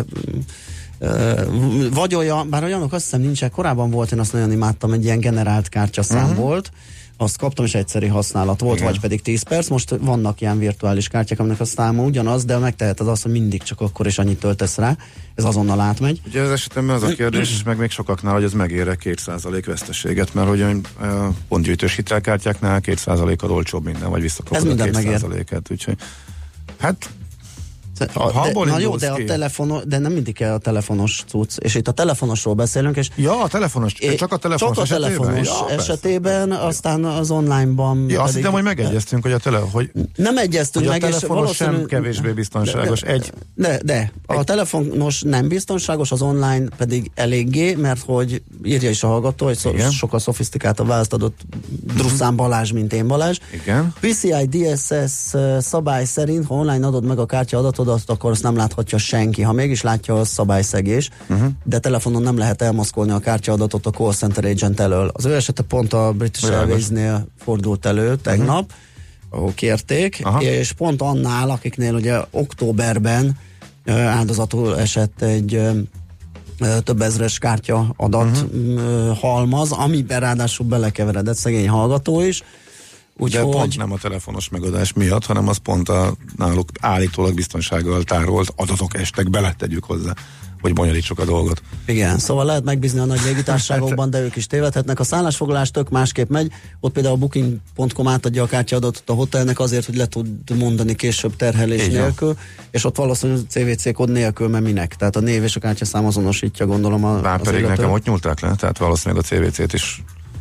vagy olyan, bár olyanok azt hiszem nincsen, korábban volt, én azt nagyon imádtam, egy ilyen generált kártyaszám volt, azt kaptam, és egyszeri használat volt, vagy pedig 10 perc. Most vannak ilyen virtuális kártyák, aminek a száma ugyanaz, de megteheted azt, hogy mindig csak akkor és annyit töltesz rá, ez azonnal átmegy. Ugye az esetemben az a kérdés, és meg még sokaknál, hogy ez megér 2% veszteséget, mert hogy pontgyűjtős hitelkártyáknál 2%-kal olcsóbb minden, vagy visszakapod a 2%-et, úgyhogy hát de nem mindig kell a telefonos cucc, és itt a telefonosról beszélünk, és a telefonos, csak a telefonos esetében, aztán az onlineban azt hiszem, hogy megegyeztünk, hogy nem egyeztünk meg, a telefonos sem kevésbé biztonságos. De a telefonos nem biztonságos, az online pedig eléggé, mert hogy írja is a hallgató, hogy sokkal szofisztikáltabb választ adott Drusszán Balázs, mint én Balázs. Igen. PCI DSS szabály szerint, ha online adod meg a kártya adatot, akkor azt nem láthatja senki. Ha mégis látja, az szabályszegés, de telefonon nem lehet elmaszkolni a kártyaadatot a call center agent elől. Az ő esete pont a British Airways-nél fordult elő tegnap, ahol kérték, és pont annál, akiknél ugye októberben áldozatul esett egy több ezres kártya adat halmaz, amiben ráadásul belekeveredett szegény hallgató is. De pont nem a telefonos megadás miatt, hanem az pont a náluk állítólag biztonsággal tárolt adatok estek bele, tegyük hozzá, hogy bonyolítsuk a dolgot. Igen, szóval lehet megbízni a nagy légitársaságokban, de ők is tévedhetnek. A szállásfoglalás tök másképp megy, ott például a Booking.com átadja a kártyadatot a hotelnek azért, hogy le tud mondani később terhelés nélkül, és ott valószínűleg CVC kód nélkül, mert minek? Tehát a név és a kártyaszám azonosítja, gondolom Bár pedig illető. Nekem ott nyúlták le, tehát valószínűleg a CVC-t is.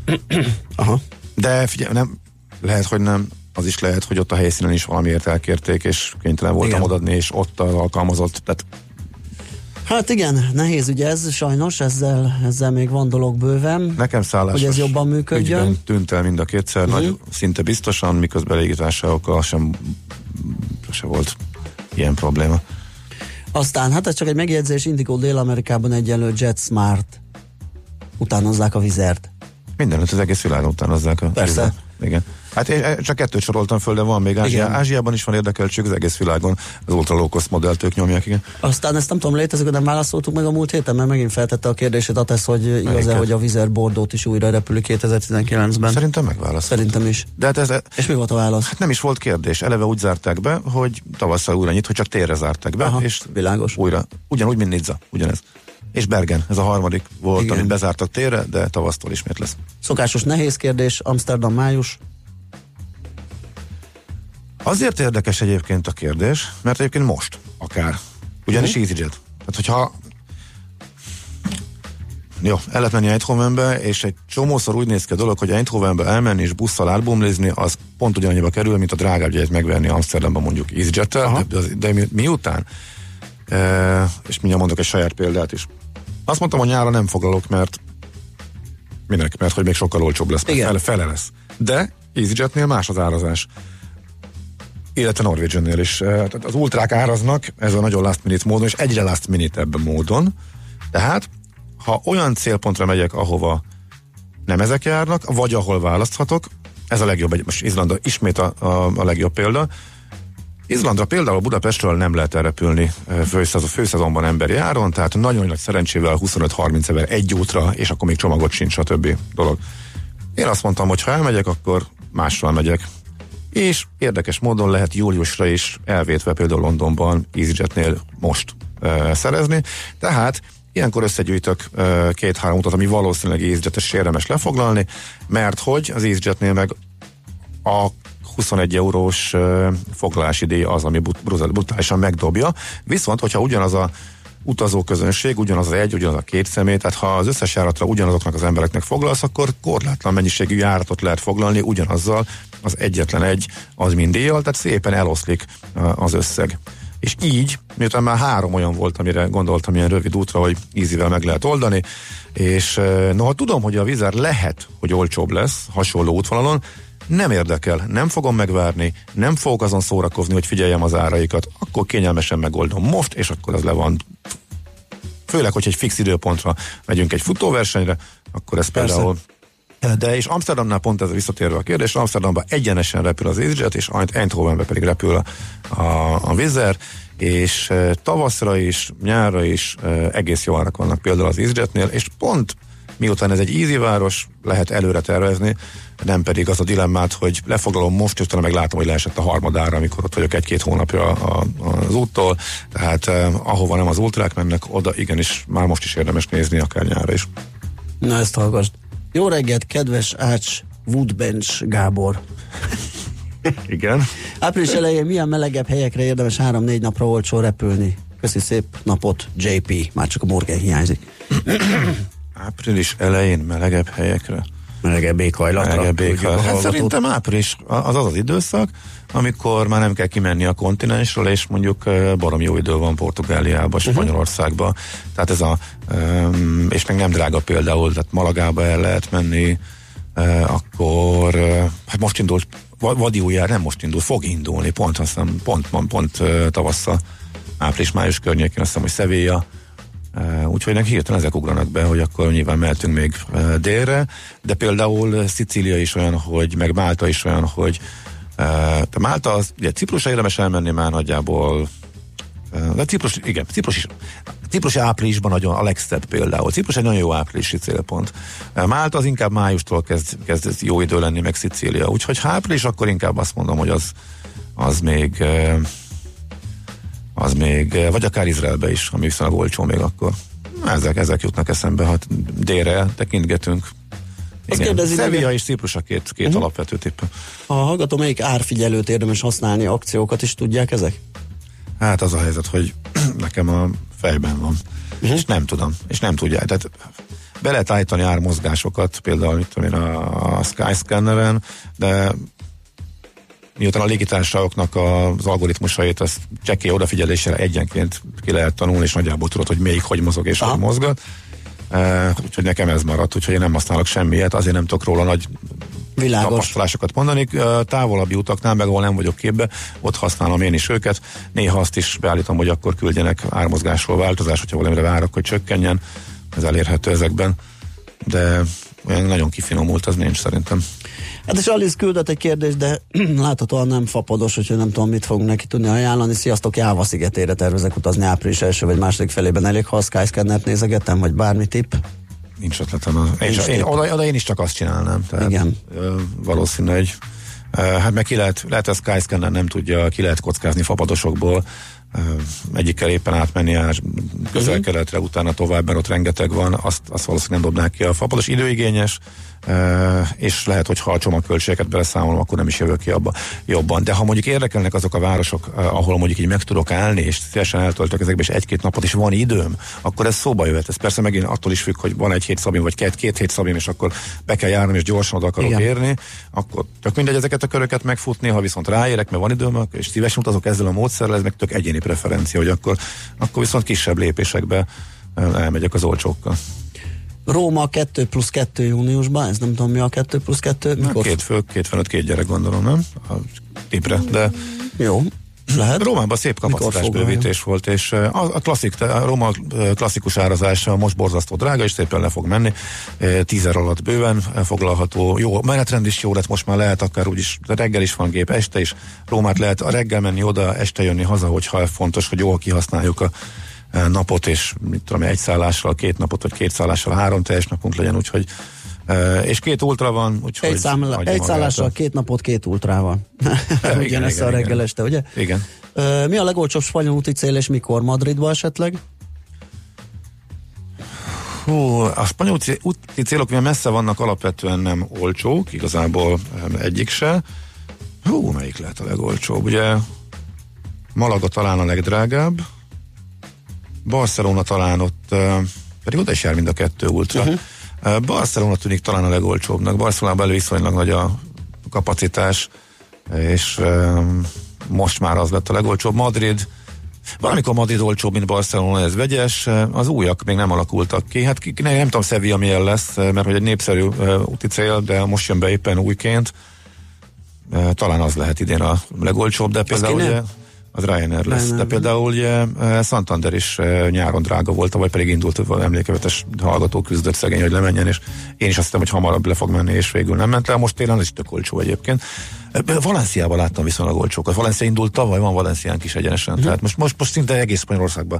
De figyelj, nem lehet, hogy nem, az is lehet, hogy ott a helyszínen is valamiért elkérték, és kénytelen voltam odadni, és ott alkalmazott. Tehát... Hát igen, nehéz ügy ez, sajnos, ezzel még van dolog bőven. Nekem szállásos hogy ez jobban működjön. Ügyben tűnt el mind a kétszer, szinte biztosan, miközben légitársaságokkal sem volt ilyen probléma. Aztán, hát ez csak egy megjegyzés, Indigo Dél-Amerikában egyenlő JetSmart. Utánozzák a vizert. Mindenütt az egész világon utánozzák a vizert. Igen. Hát én csak kettőt soroltam föl, de van még Ázsiában is van érdekeltség, az egész világon az ultra low cost modellt ők nyomják, igen. Aztán ezt nem tudom, létezik, nem válaszoltuk meg a múlt héten, mert megint feltette a kérdését a tesz, hogy igaz-e, hogy a Vizer Bordót is újra repüli 2019-ben. Szerintem megválaszolt. Szerintem is. De hát és mi volt a válasz? Hát nem is volt kérdés. Eleve úgy zárták be, hogy tavasszal újra nyit, hogy csak térre zárták be, és világos. Újra. Ugyanúgy, mint Nizza, ugyanez. És Bergen, ez a harmadik volt, amit bezártak térre, de tavasztól ismét lesz. Szokásos nehéz kérdés, Amsterdam május. Azért érdekes egyébként a kérdés, mert egyébként most akár. Ugyanis EasyJet. Tehát hogyha el lehet menni Eindhovenbe, és egy csomószor úgy néz ki a dolog, hogy Eindhovenbe elmenni és busszal átbomlizni, az pont ugyanannyiba kerül, mint a drágább jegyet megvenni Amsterdamban mondjuk EasyJet-tel, de miután, és mindjárt mondok egy saját példát is. Azt mondtam, hogy nyára nem foglalok, mert minek? Mert hogy még sokkal olcsóbb lesz, fele lesz. De EasyJetnél más az árazás. Illetve Norwegiannél is. Tehát az ultrák áraznak, ez a nagyon last minute módon, és egyre last minute ebben módon. Tehát, ha olyan célpontra megyek, ahova nem ezek járnak, vagy ahol választhatok, ez a legjobb, most Izlanda ismét a legjobb példa. Izlandra például Budapestről nem lehet elrepülni főszezonban emberi áron, tehát nagyon nagy szerencsével 25-30 ezer egy útra, és akkor még csomagot sincs, stb. Dolog. Én azt mondtam, hogy ha elmegyek, akkor mással megyek. És érdekes módon lehet júliusra is elvétve például Londonban EasyJetnél most szerezni. Tehát ilyenkor összegyűjtök 2-3 utat, ami valószínűleg EasyJet-es érdemes lefoglalni, mert hogy az EasyJetnél meg a 21 eurós foglalási díj az, ami brutálisan megdobja. Viszont, hogyha ugyanaz a utazóközönség, ugyanaz az ugyanaz a két személy, tehát ha az összes járatra ugyanazoknak az embereknek foglalsz, akkor korlátlan mennyiségű járatot lehet foglalni ugyanazzal, az egyetlen egy az mindíjjal, tehát szépen eloszlik az összeg. És így, miután már 3 olyan volt, amire gondoltam ilyen rövid útra, hogy easyvel meg lehet oldani, és ha tudom, hogy a Wizz Air lehet, hogy olcsóbb lesz hasonló útvonalon, nem érdekel, nem fogom megvárni, nem fogok azon szórakozni, hogy figyeljem az áraikat, akkor kényelmesen megoldom most, és akkor az le van főleg, hogy egy fix időpontra megyünk egy futóversenyre, akkor ez Persze. például. De és Amsterdamnál pont ez visszatérve a kérdés, Amsterdamban egyenesen repül az EasyJet, és Eindhovenbe pedig repül a Wizz Air, és tavaszra is, nyárra is egész jó árak vannak például az EasyJetnél, és pont miután ez egy easy város, lehet előre tervezni, nem pedig az a dilemmát, hogy lefoglalom most, és utána meg látom, hogy leesett a harmadára, amikor ott vagyok 1-2 hónapja az úttól, tehát ahova nem az ultrák mennek, oda igenis már most is érdemes nézni, akár nyára is. Na ezt hallgassd. Jó reggelt, kedves Ács Woodbench Gábor. Igen. Április elején milyen melegebb helyekre érdemes 3-4 napra olcsó repülni? Köszi szép napot, JP. Már csak a Morgan hiányzik. Április elején melegebb helyekre. Melegebb éghajlatra. Melegebb éghajlatra. Hát szerintem április az időszak, amikor már nem kell kimenni a kontinensről, és mondjuk barom jó idő van Portugáliában, Spanyolországban. Tehát ez és meg nem drága például, tehát Malagába el lehet menni, akkor hát most indult, Vadiújár nem most indult, fog indulni, pont tavasszal, április-május környékén, azt hiszem, hogy Sevilla. Úgyhogy nek hirtelen ezek ugranak be, hogy akkor nyilván mehetünk még délre, de például Szicília is olyan, hogy meg Málta is olyan, hogy Málta, ugye Ciprusra érdemes elmenni már nagyjából, de Ciprus áprilisban nagyon a legszebb például. Ciprus egy nagyon jó áprilisi célpont. Málta az inkább májustól kezd jó idő lenni, meg Szicília. Úgyhogy ha április, akkor inkább azt mondom, hogy az még, vagy akár Izraelbe is, ami viszonylag olcsó még akkor. Ezek jutnak eszembe, ha délre tekintgetünk. Igen, Sevilla és Ciprus a két alapvető tipp. Ha hallgatom, melyik árfigyelőt érdemes használni, akciókat is tudják ezek? Hát az a helyzet, hogy nekem a fejben van. És nem tudom, és nem tudják. Tehát be lehet állítani ármozgásokat, például mit tudom én, a Skyscanneren, de miután a légitársaságoknak az algoritmusait, az csekély odafigyelésre egyenként ki lehet tanulni, és nagyjából tudod, hogy melyik hogy mozog és hogy mozgat. Úgyhogy nekem ez maradt, úgyhogy én nem használok semmiet, azért nem tudok róla nagy tapasztalásokat mondani. Távolabbi utaknál, meg ahol nem vagyok képbe, ott használom én is őket. Néha azt is beállítom, hogy akkor küldjenek ármozgásról változás, hogyha valamire várok, hogy csökkenjen. Ez elérhető ezekben. De olyan nagyon kifinomult, az nincs szerintem. Hát és Alice küldött egy kérdést, de láthatóan nem fapados, úgyhogy nem tudom, mit fogunk neki tudni ajánlani. Sziasztok, Jáva szigetére tervezek utazni április első vagy második felében. Elég, ha a Skyscannert nézegettem, vagy bármi tipp? Nincs ötletem. Oda én is csak azt csinálnám. Tehát, igen. Valószínű, hogy hát meg lehet a Skyscanner nem tudja, ki lehet kockázni fapadosokból, egyikkel éppen átmenni közel-keletre, utána tovább, mert ott rengeteg van, azt valószínűleg nem dobnák ki a fapados. Időigényes, és lehet, hogy ha a csomagköltségeket beleszámolom, akkor nem is jövök ki abba jobban. De ha mondjuk érdekelnek azok a városok, ahol mondjuk így meg tudok állni, és szívesen eltöltök ezekbe, és 1-2 napot is van időm, akkor ez szóba jöhet. Ez persze megint attól is függ, hogy van 1 hét szabim, vagy 2 hét szabim, és akkor be kell járnom, és gyorsan oda akarok érni, akkor tök mindegy ezeket a köröket megfutni, ha viszont ráérek, mert van időm, és szívesen utazok ezzel a módszerrel, ez meg tök egyéni preferencia, hogy akkor viszont kisebb lépésekbe elmegyek az olcsókkal. Róma 2+2 júniusban, ez nem tudom mi a 2+2. Mikor? 2 fő, 2 felnőtt, 2 gyerek, gondolom, nem? A tipre, de... Jó, lehet. Rómában szép kapacitásbővítés volt, és a Róma klasszikus árazása most borzasztó drága, és szépen le fog menni. 10 alatt bőven foglalható. Jó, menetrend is jó lett, most már lehet akár úgyis, reggel is van gép, este is. Rómát lehet a reggel menni oda, este jönni haza, hogyha fontos, hogy jól kihasználjuk a napot, és mit tudom, 1 szállással 2 napot, vagy 2 szállással 3 teljes napunk legyen, úgyhogy és 2 ultra van, úgyhogy... Egy szállással 2 napot, 2 ultrával. Ugyanez a reggel este, ugye? Igen. Mi a legolcsóbb spanyol úti cél, és mikor? Madridba esetleg? A spanyol úti célok, mivel messze vannak, alapvetően nem olcsók, igazából egyik se. Melyik lehet a legolcsóbb? Ugye Malaga talán a legdrágább, Barcelona talán ott, pedig oda is jár mind a 2 ultra. Barcelona tűnik talán a legolcsóbbnak. Barcelonában viszonylag nagy a kapacitás, és most már az lett a legolcsóbb. Madrid, valamikor Madrid olcsóbb, mint Barcelona, ez vegyes. Az újak még nem alakultak ki. Hát nem tudom, Sevilla milyen lesz, mert hogy egy népszerű úti cél, de most jön be éppen újként. Talán az lehet idén a legolcsóbb, de például ugye Az Ryanair lesz. De például ugye Santander is nyáron drága volt, vagy pedig indult, emlékevetes hallgató küzdött szegény, hogy lemenjen, és én is azt hittem, hogy hamarabb le fog menni, és végül nem ment le. Most télen ez is tök olcsó egyébként. Valenciában láttam viszonylag olcsókat. Valencia indult tavaly, van Valenciánk is egyenesen. Tehát most szinte egész Spanyolországban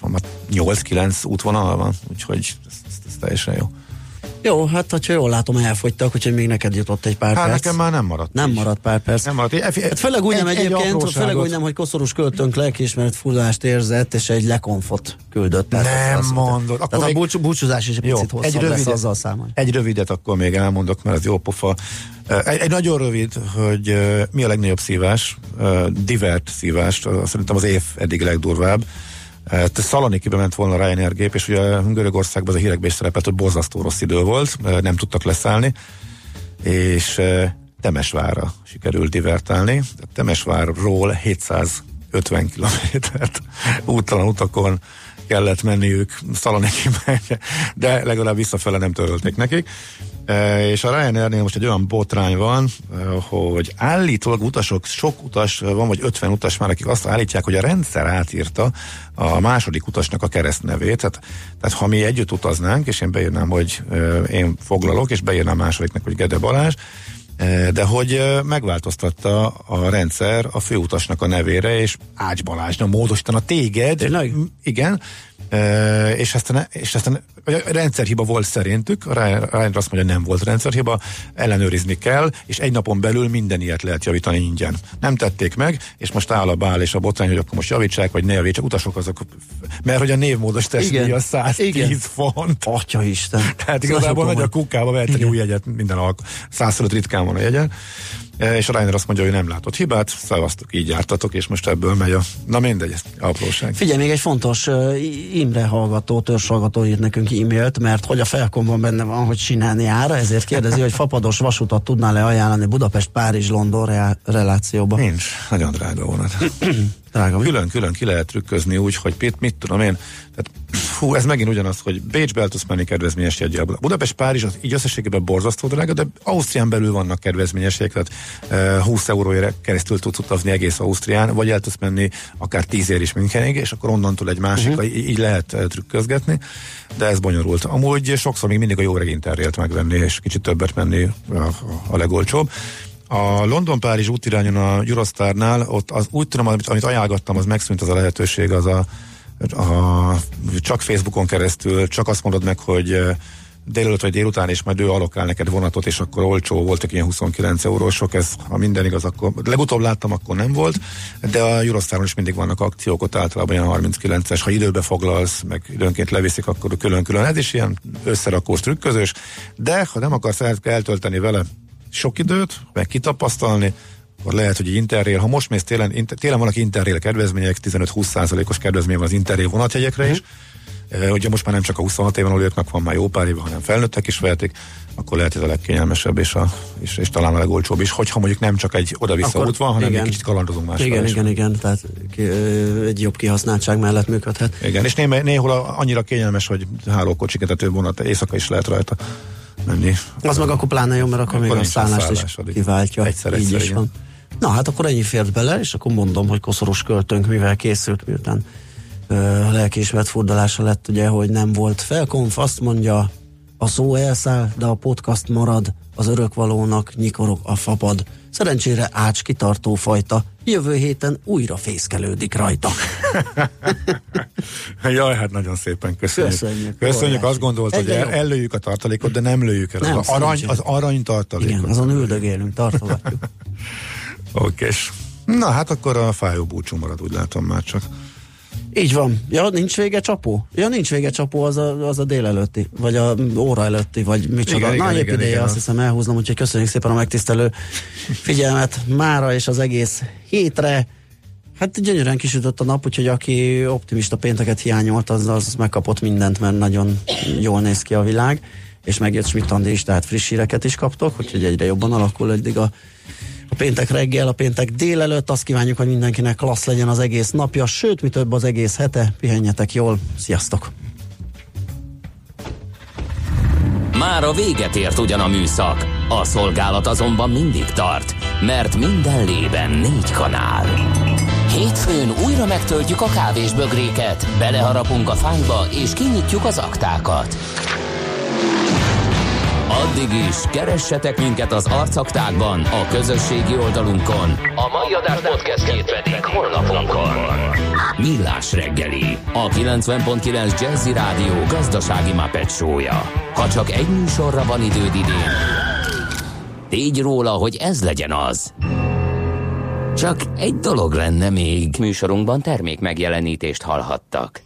8-9 útvonal van, úgyhogy ez teljesen jó. Jó, hát ha jól látom, elfogytak, úgyhogy még neked jutott egy pár perc. Nekem már nem maradt. Nem maradt pár perc. Nem maradt. Hát főleg úgy nem egyébként, főleg úgy nem, hogy koszorús költőnk lelkiismeret furdalást érzett, és egy lekonfot küldött. Nem mondod. Tehát a búcsúzás is egy picit hosszabb lesz, azzal számolni. Egy rövidet akkor még elmondok, mert ez jó pofa. Egy nagyon rövid, hogy mi a legnagyobb szívás, divert szívást, szerintem az év eddig legdurvább. Szalonikibe ment volna a Ryanair gép, és ugye Görögországban az a hírekben is szerepelt, hogy borzasztó rossz idő volt, nem tudtak leszállni, és Temesvárra sikerült divertálni. Temesvárról 750 kilométert úttalan utakon kellett menniük Szalonikibe, de legalább visszafele nem törölték nekik. És a Ryanairnél most egy olyan botrány van, hogy állítólag utasok, sok utas van, vagy 50 utas már, akik azt állítják, hogy a rendszer átírta a második utasnak a keresztnevét. Tehát ha mi együtt utaznánk, és én beírnám, hogy én foglalok, és beírnám másodiknak, hogy Gede Balázs, de hogy megváltoztatta a rendszer a főutasnak a nevére, és Ács Balázsnak módosítana téged. Tényleg? Igen. És aztán rendszerhiba volt szerintük, a Ryanair azt mondja, nem volt rendszerhiba, ellenőrizni kell, és egy napon belül minden ilyet lehet javítani ingyen. Nem tették meg, és most áll a bál és a botrány, hogy akkor most javítsák, vagy ne javítsák, utasok azok, mert hogy a névmódosítás díja 110 font. Atyaisten. Tehát igazából megy a kukába vehetni új jegyet, minden 100-szor ritkán van a jegyen. És a Ryanair azt mondja, hogy nem látott hibát, szavaztok, így jártatok, és most ebből megy na mindegy, ez apróság. Figyelj, még egy fontos Imre hallgató, törzshallgató írt nekünk e-mailt, mert hogy a Felkomban benne van, hogy Sinán jár, ezért kérdezi, hogy fapados vasutat tudnál-e ajánlani Budapest-Párizs-London relációba. Nincs, nagyon drága vonat. Külön ki lehet trükközni úgy, hogy mit tudom én, tehát ez megint ugyanaz, hogy Bécsbe el tudsz menni kedvezményes jeggyel. Budapest-Párizs az így összességében borzasztó drága, de Ausztrián belül vannak kedvezményesek, tehát 20 euróért keresztül tudsz utazni egész Ausztrián, vagy el tudsz menni akár 10 ér is Münchenig, és akkor onnantól egy másik, így lehet trükközgetni, de ez bonyolult. Amúgy sokszor még mindig a jó Interrailt megvenni, és kicsit többet menni a legolcsóbb. A London-Párizs útirányon a Eurostarnál, ott az, úgy tudom, amit ajánlgattam, az megszűnt az a lehetőség, az csak Facebookon keresztül, csak azt mondod meg, hogy délelőtt vagy délután, és majd ő alokál neked vonatot, és akkor olcsó, voltak ilyen 29 eurósok, ez ha minden igaz, akkor legutóbb láttam, akkor nem volt, de a Eurostaron is mindig vannak akciók, ott általában ilyen 39-es, ha időbe foglalsz, meg időnként leviszik, akkor külön-külön, ez is ilyen összerakós, trükközős, de ha nem akarsz eltölteni vele sok időt, meg kitapasztalni, akkor lehet, hogy egy Interrail, ha most mész télen vannak Interrail kedvezmények, 15-20%-os kedvezmény van az Interrail vonatjegyekre is, ugye most már nem csak a 26 éven aluljaknak van már jó pár éve, hanem felnőttek is vehetik, akkor lehet ez a legkényelmesebb és talán a legolcsóbb is, hogyha mondjuk nem csak egy oda-vissza út van, hanem egy kicsit kalandozunk másfél. Igen, tehát egy jobb kihasználtság mellett működhet. Igen, és néhol annyira kényelmes, hogy hálókocsik, tehát több vonat éjszaka is lehet rajta menni. Az meg akkor pláne jó, mert akkor még a szállást is kiváltja. Egyszer is van. Na hát akkor ennyi fért bele, és akkor mondom, hogy koszorús költőnk mivel készült, miután lelkiismeret furdalása lett, ugye, hogy nem volt felkonf, azt mondja, a szó elszáll, de a podcast marad, az örökvalónak nyikorog a fapad. Szerencsére Ács kitartó fajta, jövő héten újra fészkelődik rajta. Jaj, hát nagyon szépen köszönjük. Azt gondolt, hogy ellőjük a tartalékot, de nem lőjük el. Az arany tartalékot. Igen, azon üldögélünk, tartogatjuk. Okés. Na hát akkor a fájó búcsú marad, úgy látom már csak. Így van. Ja, nincs vége csapó? Ja, nincs vége csapó, az a délelőtti, vagy a óra előtti, vagy micsoda. Na, épp ideje, azt hiszem elhúznom, úgyhogy köszönjük szépen a megtisztelő figyelmet mára és az egész hétre. Hát gyönyörűen kisütött a nap, úgyhogy aki optimista pénteket hiányolt, az megkapott mindent, mert nagyon jól néz ki a világ, és megjött Schmidt-Andi is, tehát friss híreket is kaptok, úgyhogy egyre jobban alakul eddig a péntek reggel, a péntek délelőtt. Azt kívánjuk, hogy mindenkinek klassz legyen az egész napja, sőt, mi több az egész hete. Pihenjetek jól, sziasztok! Már a véget ért ugyan a műszak, a szolgálat azonban mindig tart, mert minden lében 4 kanál. Hétfőn újra megtöltjük a kávésbögréket, beleharapunk a fányba és kinyitjuk az aktákat. Addig is keressetek minket az arcaktákban, a közösségi oldalunkon. A mai adás podcastjét pedig honlapunkon. Millás reggeli, a 90.9 Jazzy Rádió gazdasági Muppet show-ja. Ha csak egy műsorra van időd idén, tégy róla, hogy ez legyen az. Csak egy dolog lenne még. Műsorunkban termék megjelenítést hallhattak.